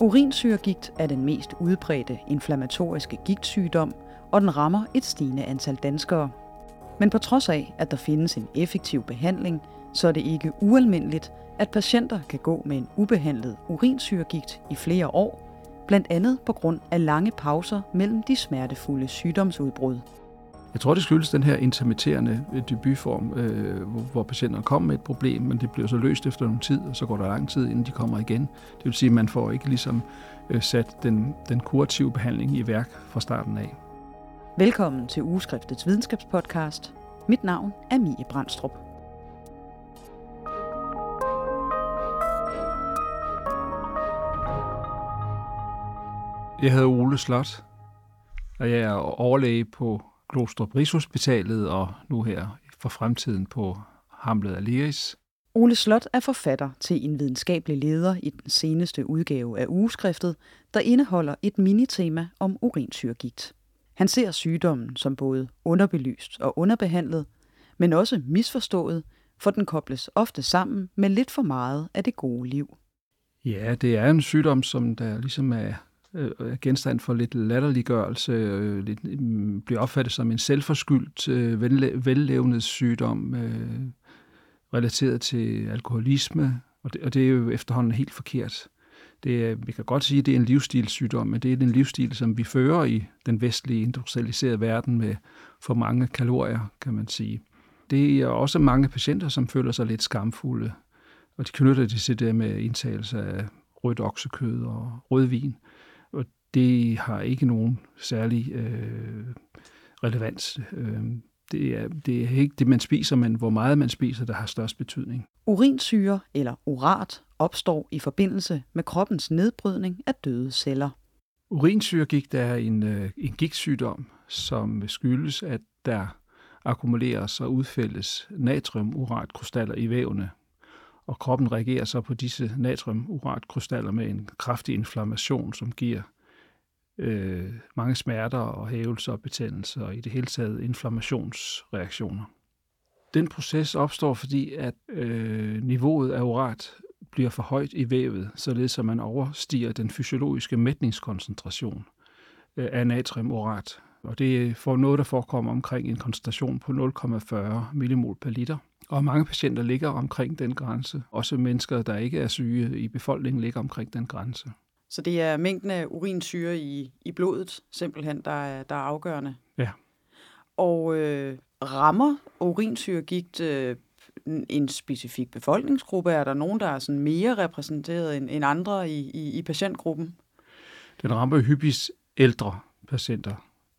Urinsyregigt er den mest udbredte inflammatoriske gigtsygdom, og den rammer et stigende antal danskere. Men på trods af, at der findes en effektiv behandling, så er det ikke ualmindeligt, at patienter kan gå med en ubehandlet urinsyregigt i flere år, blandt andet på grund af lange pauser mellem de smertefulde sygdomsudbrud. Jeg tror, det skyldes den her intermitterende debutform, hvor patienterne kommer med et problem, men det bliver så løst efter nogle tid, og så går der lang tid, inden de kommer igen. Det vil sige, at man får ikke ligesom sat den kurative behandling i værk fra starten af. Velkommen til Ugeskriftets videnskabspodcast. Mit navn er Mie Brandstrup. Jeg hedder Ole Slot, og jeg er overlæge på Glostrup Rigshospitalet og nu her for fremtiden på Hamlet Aleris. Ole Slot er forfatter til en videnskabelig leder i den seneste udgave af Ugeskriftet, der indeholder et minitema om urinsyregigt. Han ser sygdommen som både underbelyst og underbehandlet, men også misforstået, for den kobles ofte sammen med lidt for meget af det gode liv. Ja, det er en sygdom, som der ligesom er genstand for lidt latterliggørelse, bliver opfattet som en selvforskyldt vellevnedssygdom relateret til alkoholisme, og det er jo efterhånden helt forkert. Vi kan godt sige, at det er en livsstilssygdom, men det er en livsstil, som vi fører i den vestlige industrialiserede verden med for mange kalorier, kan man sige. Det er også mange patienter, som føler sig lidt skamfulde, og de knytter det til det med indtagelse af rødt oksekød og rødvin. Og det har ikke nogen særlig relevans. Det er ikke det, man spiser, men hvor meget man spiser, der har størst betydning. Urinsyre eller urat opstår i forbindelse med kroppens nedbrydning af døde celler. Urinsyregigt er en gigtsygdom, som skyldes, at der akkumuleres og udfældes natriumuratkrystaller i vævene. Og kroppen reagerer så på disse natriumuratkrystaller med en kraftig inflammation, som giver mange smerter og hævelser og betændelser og i det hele taget inflammationsreaktioner. Den proces opstår, fordi at niveauet af urat bliver for højt i vævet, således at man overstiger den fysiologiske mætningskoncentration af natriumurat. Og det er for noget, der forekommer omkring en koncentration på 0,40 millimol per liter. Og mange patienter ligger omkring den grænse. Også mennesker, der ikke er syge i befolkningen, ligger omkring den grænse. Så det er mængden af urinsyre i blodet, simpelthen, der er afgørende? Ja. Og rammer urinsyregigt en specifik befolkningsgruppe? Er der nogen, der er sådan mere repræsenteret end andre i patientgruppen? Den rammer hyppigst ældre patienter,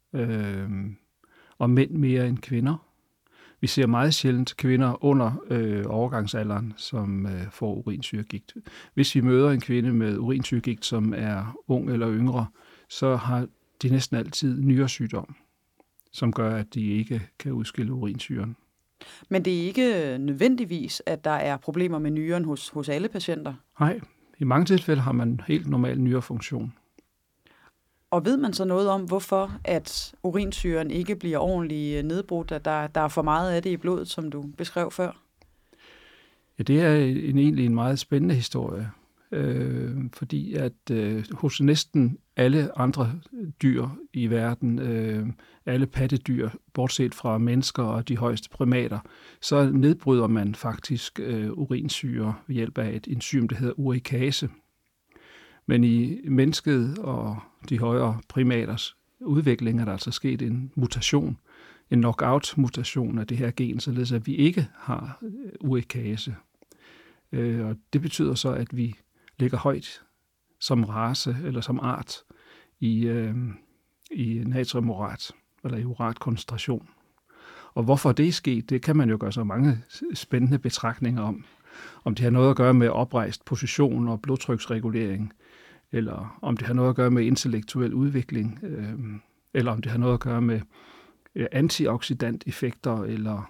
og mænd mere end kvinder. Vi ser meget sjældent kvinder under overgangsalderen, som får urinsyregigt. Hvis vi møder en kvinde med urinsyregigt, som er ung eller yngre, så har de næsten altid nyresygdom, som gør, at de ikke kan udskille urinsyren. Men det er ikke nødvendigvis, at der er problemer med nyren hos alle patienter? Nej, i mange tilfælde har man helt normal nyrefunktion. Og ved man så noget om, hvorfor at urinsyren ikke bliver ordentligt nedbrudt, at der er for meget af det i blodet, som du beskrev før? Ja, det er egentlig en meget spændende historie, fordi at hos næsten alle andre dyr i verden, alle pattedyr, bortset fra mennesker og de højeste primater, så nedbryder man faktisk urinsyre ved hjælp af et enzym, der hedder urikase. Men i mennesket og de højere primaters udvikling er der altså sket en mutation, en knockout-mutation af det her gen, således at vi ikke har urikase. Og det betyder så, at vi ligger højt som race eller som art i natriumurat eller i uratkoncentration. Og hvorfor det er sket, det kan man jo gøre så mange spændende betragtninger om. Om det har noget at gøre med oprejst position og blodtryksregulering, eller om det har noget at gøre med intellektuel udvikling, eller om det har noget at gøre med antioxidanteffekter, eller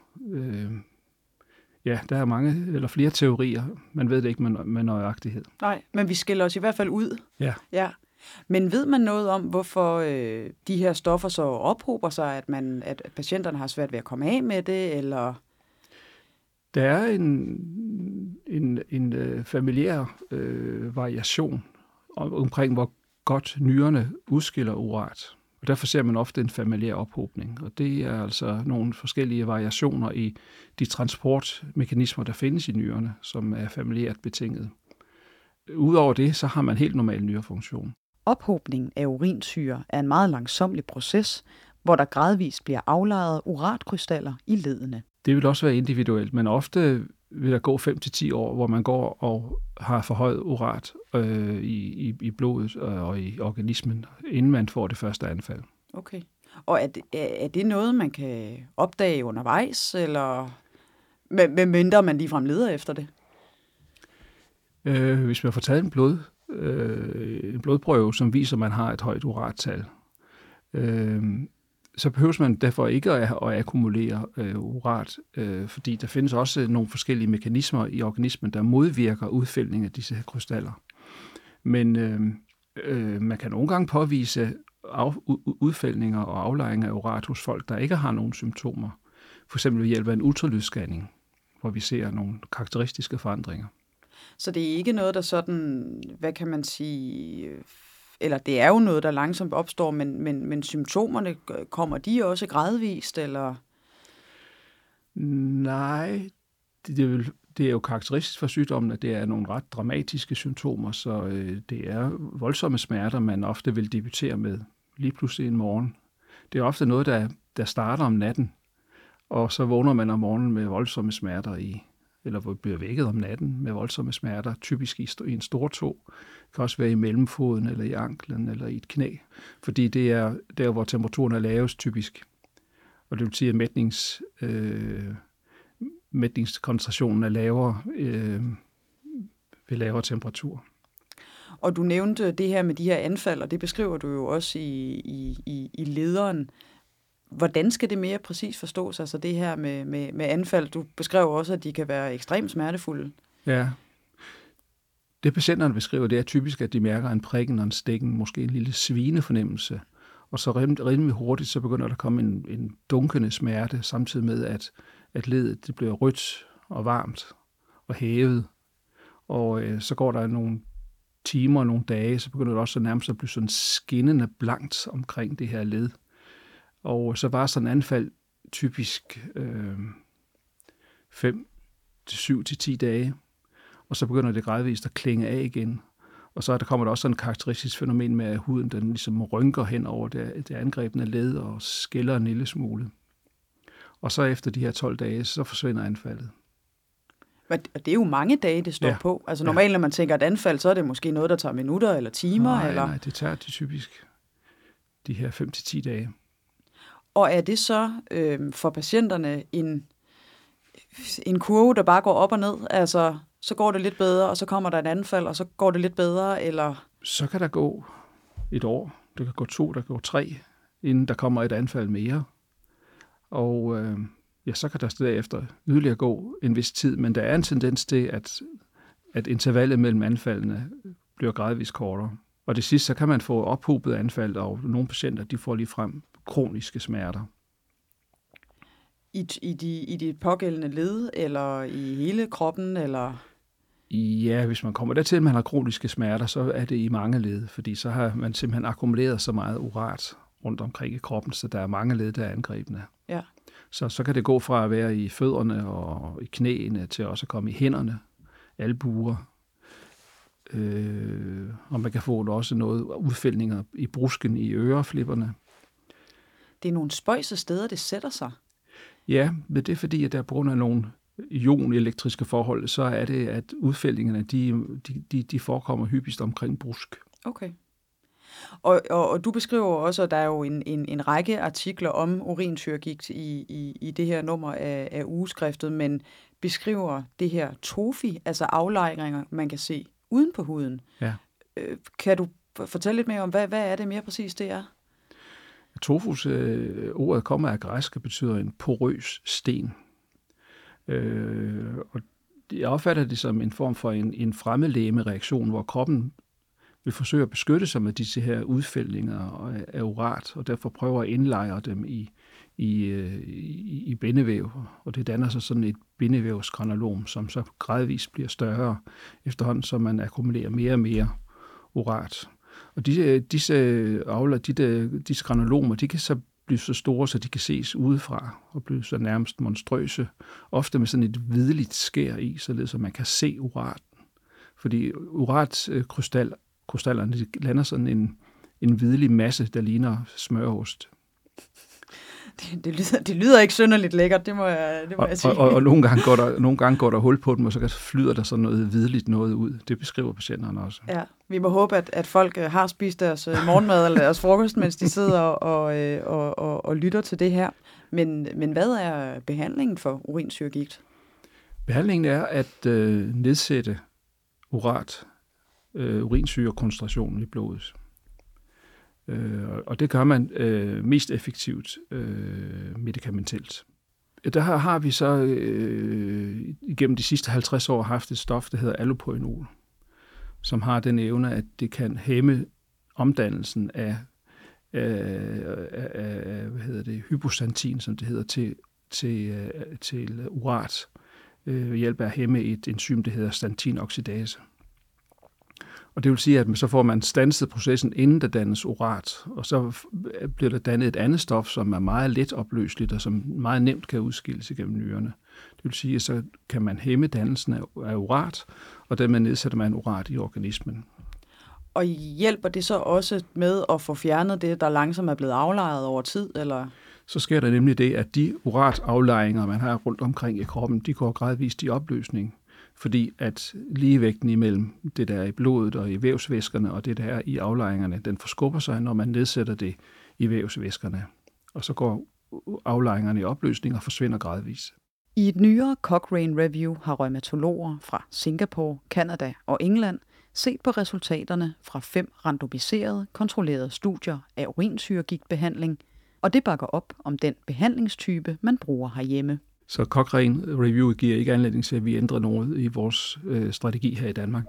der er mange eller flere teorier. Man ved det ikke med nøjagtighed. Nej, men vi skiller os i hvert fald ud. Ja. Men ved man noget om, hvorfor de her stoffer så ophober sig, at patienterne har svært ved at komme af med det, eller? Der er en familiær variation omkring hvor godt nyrerne udskiller urat. Og derfor ser man ofte en familiær ophobning. Og det er altså nogle forskellige variationer i de transportmekanismer, der findes i nyrerne, som er familiært betinget. Udover det, så har man helt normal nyrefunktion. Ophobningen af urinsyre er en meget langsomlig proces, hvor der gradvist bliver aflejret uratkrystaller i leddene. Det vil også være individuelt, men ofte vil der gå 5-10 år, hvor man går og har forhøjet urat i blodet og i organismen, inden man får det første anfald. Okay. Og er det noget, man kan opdage undervejs, eller med mindre man ligefrem leder efter det? Hvis man får taget en blodprøve, som viser, at man har et højt urattal, så behøver man derfor ikke at akkumulere urat, fordi der findes også nogle forskellige mekanismer i organismen, der modvirker udfældning af disse her krystaller. Men man kan nogle gange påvise udfældninger og aflejringer af urat hos folk, der ikke har nogen symptomer. For eksempel ved hjælp af en ultralydsscanning, hvor vi ser nogle karakteristiske forandringer. Så det er ikke noget, der sådan, hvad kan man sige, eller det er jo noget, der langsomt opstår, men symptomerne, kommer de også gradvist, eller? Nej, det er jo karakteristisk for sygdommen, at det er nogle ret dramatiske symptomer, så det er voldsomme smerter, man ofte vil debutere med lige pludselig en morgen. Det er ofte noget, der starter om natten, og så vågner man om morgenen med voldsomme smerter eller bliver vækket om natten med voldsomme smerter, typisk i en stortå. Det kan også være i mellemfoden, eller i anklen, eller i et knæ, fordi det er der, hvor temperaturen er lavest typisk. Og det vil sige, at mætningskoncentrationen er lavere ved lavere temperatur. Og du nævnte det her med de her anfald, og det beskriver du jo også i lederen. Hvordan skal det mere præcis forstås, altså det her med anfald? Du beskrev også, at de kan være ekstremt smertefulde. Ja. Det patienterne beskriver, det er typisk, at de mærker en prikken og en stikken, måske en lille svinefornemmelse. Og så rimelig hurtigt, så begynder der at komme en dunkende smerte, samtidig med, at leddet det bliver rødt og varmt og hævet. Og så går der nogle timer og nogle dage, så begynder det også nærmest at blive sådan skinnende blankt omkring det her led. Og så var sådan en anfald typisk 5-7-10 dage, og så begynder det gradvist at klinge af igen. Og så kommer der også sådan et karakteristisk fænomen med, at huden den ligesom rynker hen over det angrebne led og skælder en lille smule. Og så efter de her 12 dage, så forsvinder anfaldet. Og det er jo mange dage, det står på. Altså normalt, når man tænker et anfald, så er det måske noget, der tager minutter eller timer. Nej, det tager typisk de her 5-10 dage. Og er det så for patienterne en kurve, der bare går op og ned? Altså, så går det lidt bedre, og så kommer der et anfald, og så går det lidt bedre, eller? Så kan der gå 1 år, det kan gå 2, der kan gå 3, inden der kommer et anfald mere. Og så kan der derefter yderligere gå en vis tid, men der er en tendens til, at intervallet mellem anfaldene bliver gradvist kortere. Og det sidste, så kan man få ophobet anfald, og nogle patienter, de får ligefrem kroniske smerter. I de pågældende led, eller i hele kroppen, eller? Ja, hvis man kommer dertil, at man har kroniske smerter, så er det i mange led, fordi så har man simpelthen akkumuleret så meget urat rundt omkring i kroppen, så der er mange led, der er angrebne. Ja. Så kan det gå fra at være i fødderne og i knæene til også at komme i hænderne, albuer. Og man kan få også noget udfældninger i brusken i øreflipperne. Det er nogle spøjse steder, det sætter sig. Ja, men det er fordi, at der på grund af nogle ionelektriske forhold, så er det, at udfældningerne, de forekommer hyppigst omkring brusk. Okay. Og du beskriver også, at der er jo en række artikler om urinsyregigt i det her nummer af ugeskriftet, men beskriver det her TOFI, altså aflejringer, man kan se uden på huden. Ja. Kan du fortælle lidt mere om, hvad er det mere præcis, det er? Tofus, ordet kommer af græsk og betyder en porøs sten. Og jeg opfatter det som en form for en fremmedlegemereaktion, hvor kroppen vil forsøge at beskytte sig med disse her udfældninger af urat, og derfor prøver at indlejre dem i bindevæv. Og det danner sig sådan et bindevævsgranulom, som så gradvist bliver større efterhånden, som man akkumulerer mere og mere urat. Og disse granulomer, de kan så blive så store, så de kan ses udefra og blive så nærmest monstrøse. Ofte med sådan et hvidligt skær i, således at man kan se uraten. Fordi uratkrystallerne lander sådan en hvidlig masse, der ligner smørost. Det lyder ikke synderligt lækkert, det må jeg sige. Og nogle gange går der hul på dem, og så flyder der sådan noget hvidligt noget ud. Det beskriver patienterne også. Ja, vi må håbe, at folk har spist deres morgenmad eller deres frokost, mens de sidder og lytter til det her. Men hvad er behandlingen for urinsyregigt? Behandlingen er at nedsætte urinsyrekoncentrationen i blodet. Og det gør man mest effektivt medikamentelt. Der har vi så igennem de sidste 50 år haft et stof, der hedder allopurinol, som har den evne, at det kan hæmme omdannelsen af hypoxantin, som det hedder, til urat, ved hjælp af at hæmme et enzym, der hedder xantinoxidase. Og det vil sige, at så får man standset processen, inden der dannes urat, og så bliver der dannet et andet stof, som er meget let opløseligt, og som meget nemt kan udskilles igennem nyrerne. Det vil sige, at så kan man hæmme dannelsen af urat, og dermed nedsætter man urat i organismen. Og hjælper det så også med at få fjernet det, der langsomt er blevet aflejret over tid, eller? Så sker der nemlig det, at de urataflejringer, man har rundt omkring i kroppen, de går gradvist i opløsning. Fordi at ligevægten imellem det, der er i blodet og i vævsvæskerne, og det, der er i aflejringerne, den forskubber sig, når man nedsætter det i vævsvæskerne. Og så går aflejringerne i opløsning og forsvinder gradvist. I et nyere Cochrane Review har rheumatologer fra Singapore, Canada og England set på resultaterne fra 5 randomiserede, kontrollerede studier af urinsyregigtbehandling, og det bakker op om den behandlingstype, man bruger herhjemme. Så Cochrane Review giver ikke anledning til, at vi ændrer noget i vores strategi her i Danmark.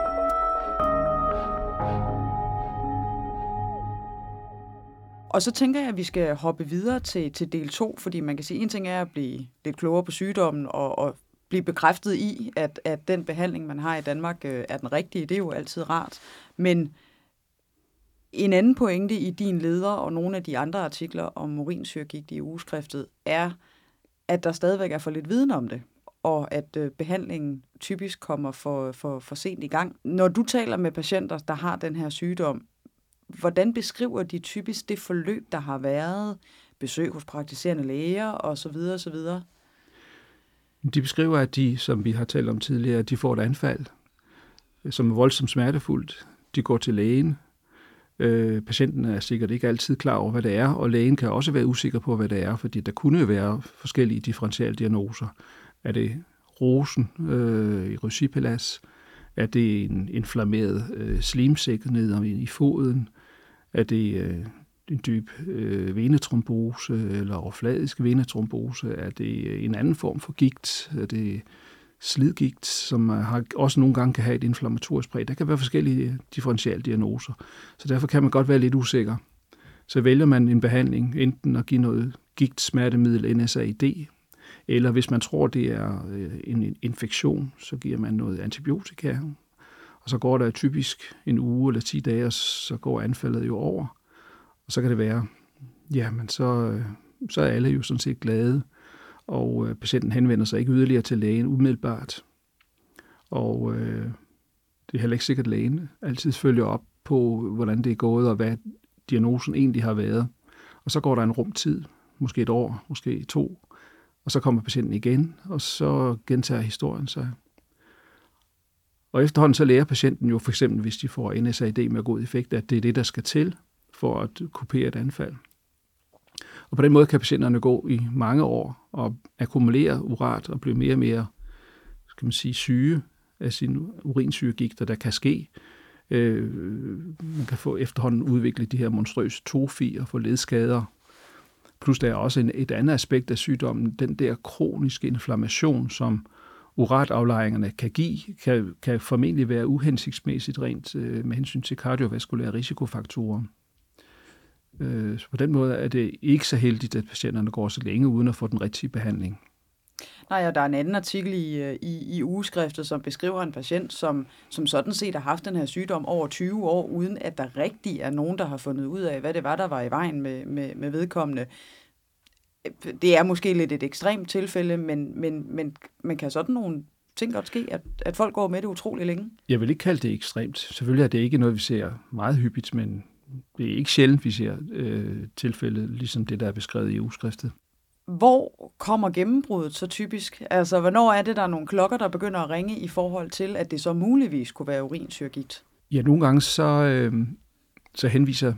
Og så tænker jeg, at vi skal hoppe videre til del 2, fordi man kan sige, at en ting er at blive lidt klogere på sygdommen og blive bekræftet i, at den behandling, man har i Danmark, er den rigtige. Det er jo altid rart. Men en anden pointe i din leder og nogle af de andre artikler om urinsyregigt i ugeskriftet er, at der stadigvæk er for lidt viden om det, og at behandlingen typisk kommer for sent i gang. Når du taler med patienter, der har den her sygdom, hvordan beskriver de typisk det forløb, der har været, besøg hos praktiserende læger osv. osv.? De beskriver, at de, som vi har talt om tidligere, de får et anfald, som er voldsomt smertefuldt. De går til lægen. Patienten er sikkert ikke altid klar over, hvad det er, og lægen kan også være usikker på, hvad det er, fordi der kunne jo være forskellige differentialdiagnoser. Er det rosen, erysipelas? Er det en inflammeret slimsæk ned i foden? Er det en dyb venetrombose eller overfladisk venetrombose? Er det en anden form for gigt? Er det slidgigt, som også nogle gange kan have et inflammatorisk præg? Der kan være forskellige differentialdiagnoser, så derfor kan man godt være lidt usikker. Så vælger man en behandling, enten at give noget gigtsmertemiddel, NSAID, eller hvis man tror, det er en infektion, så giver man noget antibiotika, og så går der typisk en uge eller 10 dage, og så går anfaldet jo over. Og så kan det være, jamen så er alle jo sådan set glade, og patienten henvender sig ikke yderligere til lægen umiddelbart. Og det er heller ikke sikkert, at lægen altid følger op på, hvordan det er gået, og hvad diagnosen egentlig har været. Og så går der en rumtid, måske 1 år, måske 2, og så kommer patienten igen, og så gentager historien sig. Og efterhånden så lærer patienten jo, for eksempel hvis de får NSAID med god effekt, at det er det, der skal til for at kupere et anfald. Og på den måde kan patienterne gå i mange år og akkumulere urat og blive mere og mere, skal man sige, syge af sine urinsyregigter, der kan ske. Man kan få efterhånden udviklet de her monstrøse tofi og få ledskader. Plus der er også et andet aspekt af sygdommen, den der kroniske inflammation, som urataflejringerne kan give, kan formentlig være uhensigtsmæssigt rent med hensyn til kardiovaskulære risikofaktorer. Så på den måde er det ikke så heldigt, at patienterne går så længe uden at få den rigtige behandling. Nej, og der er en anden artikel i ugeskriftet, som beskriver en patient, som sådan set har haft den her sygdom over 20 år, uden at der rigtig er nogen, der har fundet ud af, hvad det var, der var i vejen med vedkommende. Det er måske lidt et ekstremt tilfælde, men kan sådan nogle ting godt ske, at folk går med det utrolig længe? Jeg vil ikke kalde det ekstremt. Selvfølgelig er det ikke noget, vi ser meget hyppigt, men det er ikke sjældent, vi ser tilfælde, ligesom det, der er beskrevet i ugeskriftet. Hvor kommer gennembruddet så typisk? Altså, hvornår er det, der er nogle klokker, der begynder at ringe i forhold til, at det så muligvis kunne være urinsyregigt? Ja, nogle gange så henviser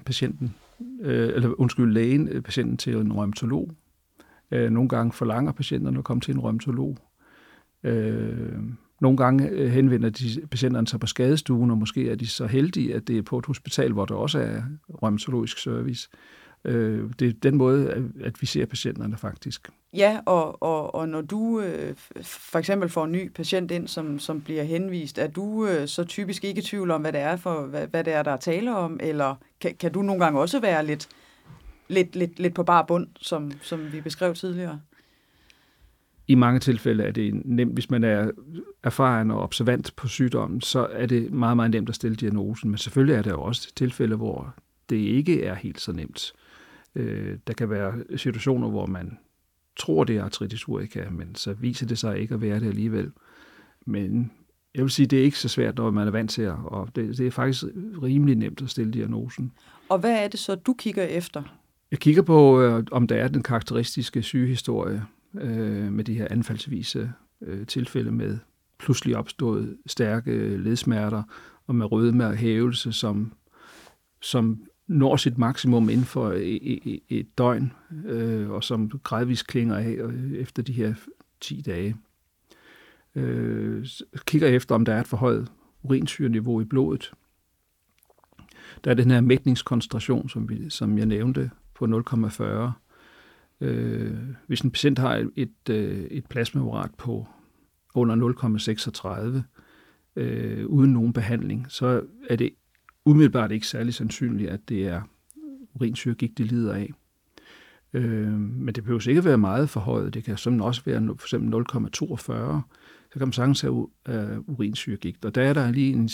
lægen patienten til en reumatolog. Nogle gange forlanger patienterne at komme til en reumatolog. Nogle gange henvender de patienterne sig på skadestuen, og måske er de så heldige, at det er på et hospital, hvor der også er reumatologisk service. Det er den måde, at vi ser patienterne faktisk. Ja, og når du for eksempel får en ny patient ind, som bliver henvist, er du så typisk ikke i tvivl om, hvad det er, der er tale om, eller kan du nogle gange også være lidt på bar bund, som vi beskrev tidligere? I mange tilfælde er det nemt, hvis man er erfaren og observant på sygdommen, så er det meget, meget nemt at stille diagnosen. Men selvfølgelig er der jo også tilfælde, hvor det ikke er helt så nemt. Der kan være situationer, hvor man tror, det er arthritis urtica, men så viser det sig ikke at være det alligevel. Men jeg vil sige, det er ikke så svært, når man er vant til at, og det er faktisk rimelig nemt at stille diagnosen. Og hvad er det så, du kigger efter? Jeg kigger på, om der er den karakteristiske sygehistorie med de her anfaldsvise tilfælde med pludselig opstået stærke ledsmerter og med rødme og hævelse, som når sit maksimum inden for et døgn, og som gradvist klinger af efter de her 10 dage. Kigger efter, om der er et forhøjet urinsyre-niveau i blodet. Der er den her mætningskoncentration, som jeg nævnte, på 0,40. Hvis en patient har et plasmaurat på under 0,36 uden nogen behandling, så er det umiddelbart ikke særlig sandsynligt, at det er urinsyregigt, de lider af. Men det behøver ikke være meget forhøjet. Det kan sådan også være for eksempel 0,42. Så kan man sagtens have urinsyregigt. Og der er der lige en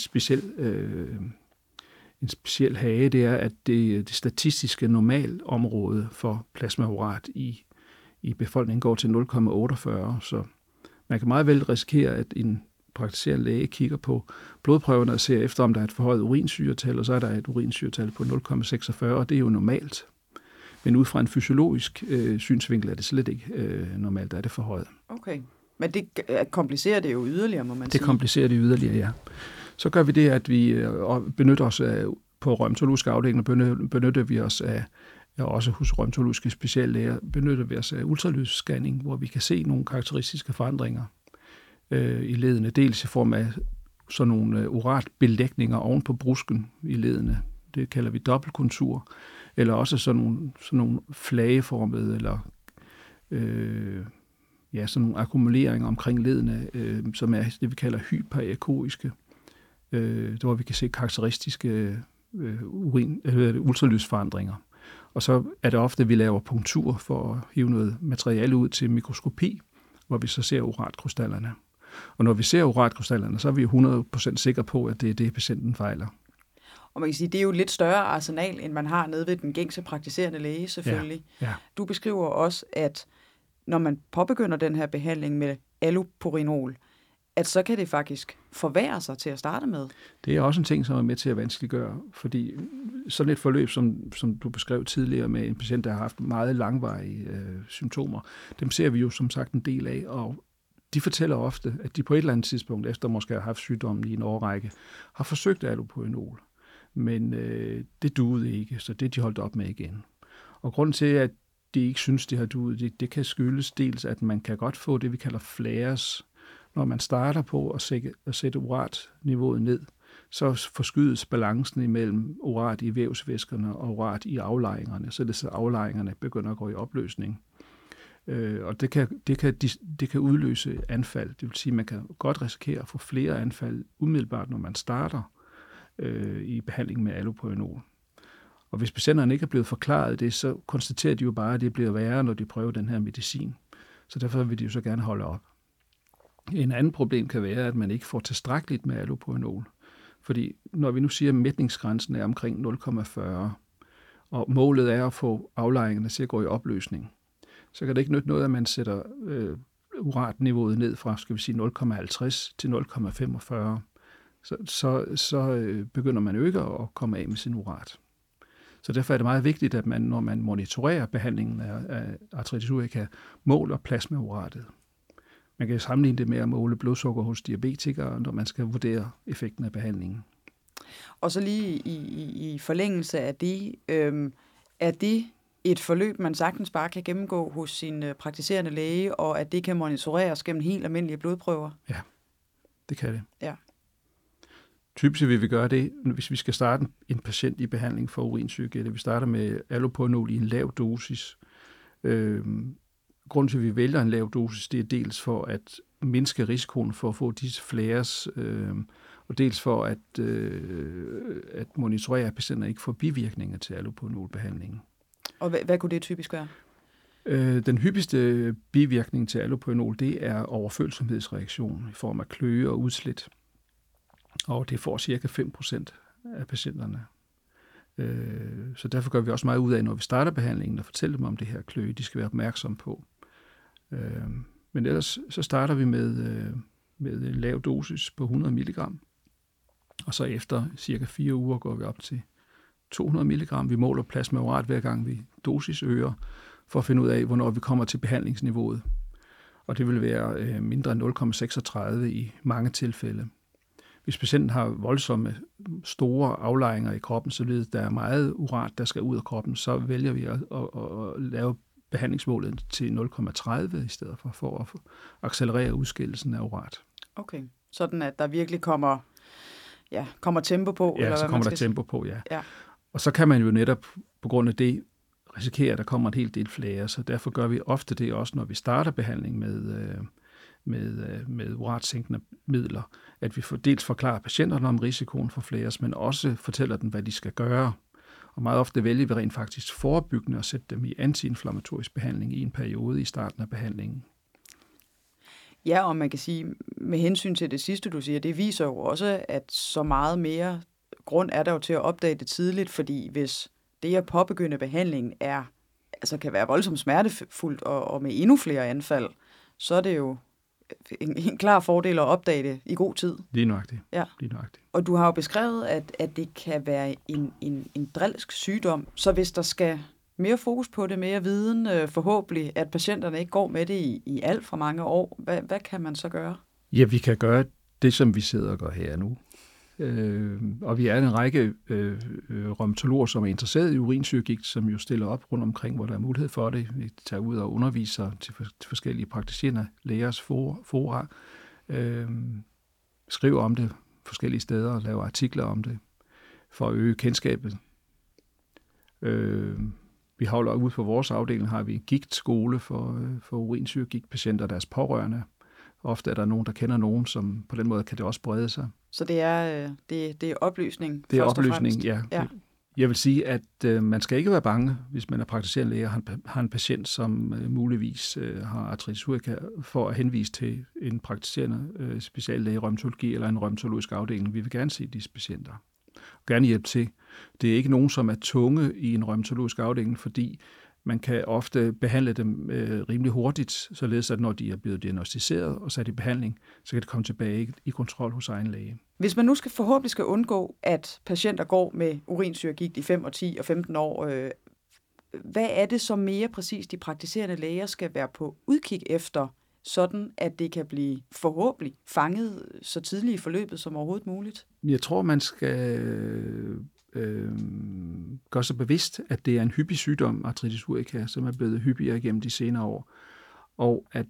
speciel hage, det er, at det statistiske normalområde for plasmaurat i befolkningen går til 0,48. Så man kan meget vel risikere, at en praktiserende læge kigger på blodprøverne og ser efter, om der er et forhøjet urinsyretal, og så er der et urinsyretal på 0,46, og det er jo normalt. Men ud fra en fysiologisk synsvinkel er det slet ikke normalt, der er det forhøjet. Okay, men det komplicerer det jo yderligere, må man sige. Det komplicerer det yderligere, ja. Så gør vi det, at vi benytter os af, på reumatologiske afdelinger, benytter vi os af, også hos reumatologiske speciallæger, benytter vi os af ultralydsscanning, hvor vi kan se nogle karakteristiske forandringer i leddene, dels i form af sådan nogle uratbelægninger oven på brusken i leddene. Det kalder vi dobbeltkontur, eller også sådan nogle flageformede, eller sådan nogle akkumuleringer omkring leddene, som er det, vi kalder hyperekoiske, hvor vi kan se karakteristiske ultralydsforandringer. Og så er det ofte, at vi laver punktur for at hive noget materiale ud til mikroskopi, hvor vi så ser uratkrystallerne. Og når vi ser uratkrystallerne, så er vi 100% sikre på, at det er det, patienten fejler. Og man kan sige, det er jo et lidt større arsenal, end man har nede ved den gængse praktiserende læge, selvfølgelig. Ja. Du beskriver også, at når man påbegynder den her behandling med allopurinol, at så kan det faktisk forværre sig til at starte med. Det er også en ting, som er med til at vanskeliggøre, fordi sådan et forløb, som du beskrev tidligere med en patient, der har haft meget langvarige symptomer, dem ser vi jo som sagt en del af, og de fortæller ofte, at de på et eller andet tidspunkt, efter måske har haft sygdommen i en årrække, har forsøgt allopurinol. Men det duede ikke, så det de holdt op med igen. Og grunden til, at de ikke synes, det har duet, det kan skyldes dels, at man kan godt få det, vi kalder flares. Når man starter på at sætte uratniveauet ned, så forskydes balancen imellem urat i vævsvæskerne og urat i aflejringerne, så aflejringerne begynder at gå i opløsning. Og det kan udløse anfald. Det vil sige, at man kan godt risikere at få flere anfald umiddelbart, når man starter i behandling med allopurinol. Og hvis patienterne ikke er blevet forklaret det, så konstaterer de jo bare, at det bliver værre, når de prøver den her medicin. Så derfor vil de jo så gerne holde op. En anden problem kan være, at man ikke får tilstrækkeligt med allopurinol. Fordi når vi nu siger, at mætningsgrænsen er omkring 0,40, og målet er at få aflejringerne til at gå i opløsning, så kan det ikke nytte noget, at man sætter uratniveauet ned fra, skal vi sige, 0,50 til 0,45. Så begynder man jo ikke at komme af med sin urat. Så derfor er det meget vigtigt, at man, når man monitorerer behandlingen af arthritis urtica, måler plasmauratet. Man kan sammenligne det med at måle blodsukker hos diabetikere, når man skal vurdere effekten af behandlingen. Og så lige i forlængelse af det, er det et forløb, man sagtens bare kan gennemgå hos sin praktiserende læge, og at det kan monitoreres gennem helt almindelige blodprøver? Ja, det kan det. Ja. Typisk vil vi gøre det, hvis vi skal starte en patient i behandling for urinsyge, eller vi starter med allopurinol i en lav dosis. Grunden til, at vi vælger en lav dosis, det er dels for at mindske risikoen for at få disse flares, og dels for at monitorere, at patienter ikke får bivirkninger til allopurinolbehandlingen. Og hvad kunne det typisk være? Den hyppigste bivirkning til allopurinol, det er overfølsomhedsreaktion i form af kløe og udslæt. Og det får cirka 5% af patienterne. Så derfor gør vi også meget ud af, når vi starter behandlingen, og fortæller dem om det her kløe, de skal være opmærksomme på. Men ellers så starter vi med en lav dosis på 100 mg, og så efter cirka 4 uger går vi op til 200 mg. Vi måler plasmaurat hver gang vi dosis øger, for at finde ud af, hvornår vi kommer til behandlingsniveauet. Og det vil være mindre end 0,36 i mange tilfælde. Hvis patienten har voldsomme, store aflejringer i kroppen, så ved der er meget urat, der skal ud af kroppen, så vælger vi at lave behandlingsmålet til 0,30 i stedet for at accelerere udskillelsen af urat. Okay, sådan at der virkelig kommer tempo på? Ja, eller så hvad kommer man der skal tempo på, ja. Ja. Og så kan man jo netop på grund af det risikere, at der kommer en hel del flager, så derfor gør vi ofte det også, når vi starter behandling med uratsænkende midler, at vi dels forklarer patienterne om risikoen for flares, men også fortæller dem, hvad de skal gøre. Og meget ofte vælger vi rent faktisk forebyggende at sætte dem i antiinflammatorisk behandling i en periode i starten af behandlingen. Ja, og man kan sige, med hensyn til det sidste, du siger, det viser jo også, at så meget mere grund er der jo til at opdage det tidligt, fordi hvis det at påbegynde behandlingen kan være voldsomt smertefuldt og med endnu flere anfald, så er det jo en klar fordel at opdage det i god tid. Lige nøjagtigt. Ja. Lige nøjagtigt. Og du har jo beskrevet, at det kan være en drilsk sygdom, så hvis der skal mere fokus på det, mere viden, forhåbentlig, at patienterne ikke går med det i alt for mange år, hvad kan man så gøre? Ja, vi kan gøre det, som vi sidder og gør her nu. Og vi er en række rheumatologer, som er interesseret i urinsygegigt, som jo stiller op rundt omkring, hvor der er mulighed for det. Vi tager ud og underviser til forskellige praktiserende lægers fora, skriver om det forskellige steder og laver artikler om det for at øge kendskabet. Vi holder ude på vores afdeling, har vi en gigtskole for urinsygegigtpatienter og deres pårørende. Ofte er der nogen, der kender nogen, som på den måde kan det også brede sig. Så det er oplysning? Det er oplysning, ja. Jeg vil sige, at man skal ikke være bange, hvis man er praktiserende læge og har en patient, som muligvis har arthritis urtica, for at henvise til en praktiserende speciallæge i rheumatologi eller en rheumatologisk afdeling. Vi vil gerne se disse patienter. Gerne hjælpe til. Det er ikke nogen, som er tunge i en rheumatologisk afdeling, fordi man kan ofte behandle dem rimelig hurtigt, således at når de er blevet diagnosticeret og sat i behandling, så kan det komme tilbage i kontrol hos egen læge. Hvis man nu forhåbentlig skal undgå, at patienter går med urinsygegigt i 5 og 10 og 15 år, hvad er det så mere præcis, de praktiserende læger skal være på udkig efter, sådan at det kan blive forhåbentlig fanget så tidligt i forløbet som overhovedet muligt? Jeg tror, man skal gør sig bevidst, at det er en hyppig sygdom, arthritis urtica, som er blevet hyppigere gennem de senere år, og at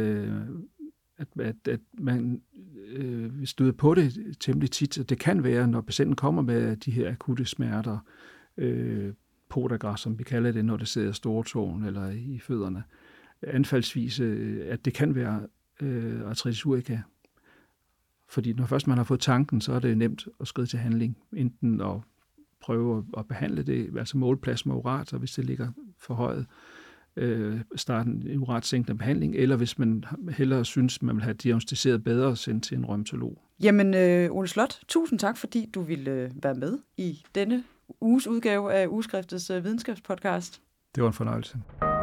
man støder på det temmelig tit. Det kan være, når patienten kommer med de her akutte smerter, podagra, som vi kalder det, når det sidder i stortåen eller i fødderne, anfaldsvis, at det kan være arthritis urtica. Fordi når først man har fået tanken, så er det nemt at skride til handling, enten at prøve at behandle det, altså måle plasmaurat, og hvis det ligger forhøjet, starte en uratsænkende behandling, eller hvis man hellere synes, man vil have diagnosticeret bedre, sendt til en rheumatolog. Jamen, Ole Slot, tusind tak, fordi du ville være med i denne uges udgave af Ugeskriftets videnskabspodcast. Det var en fornøjelse.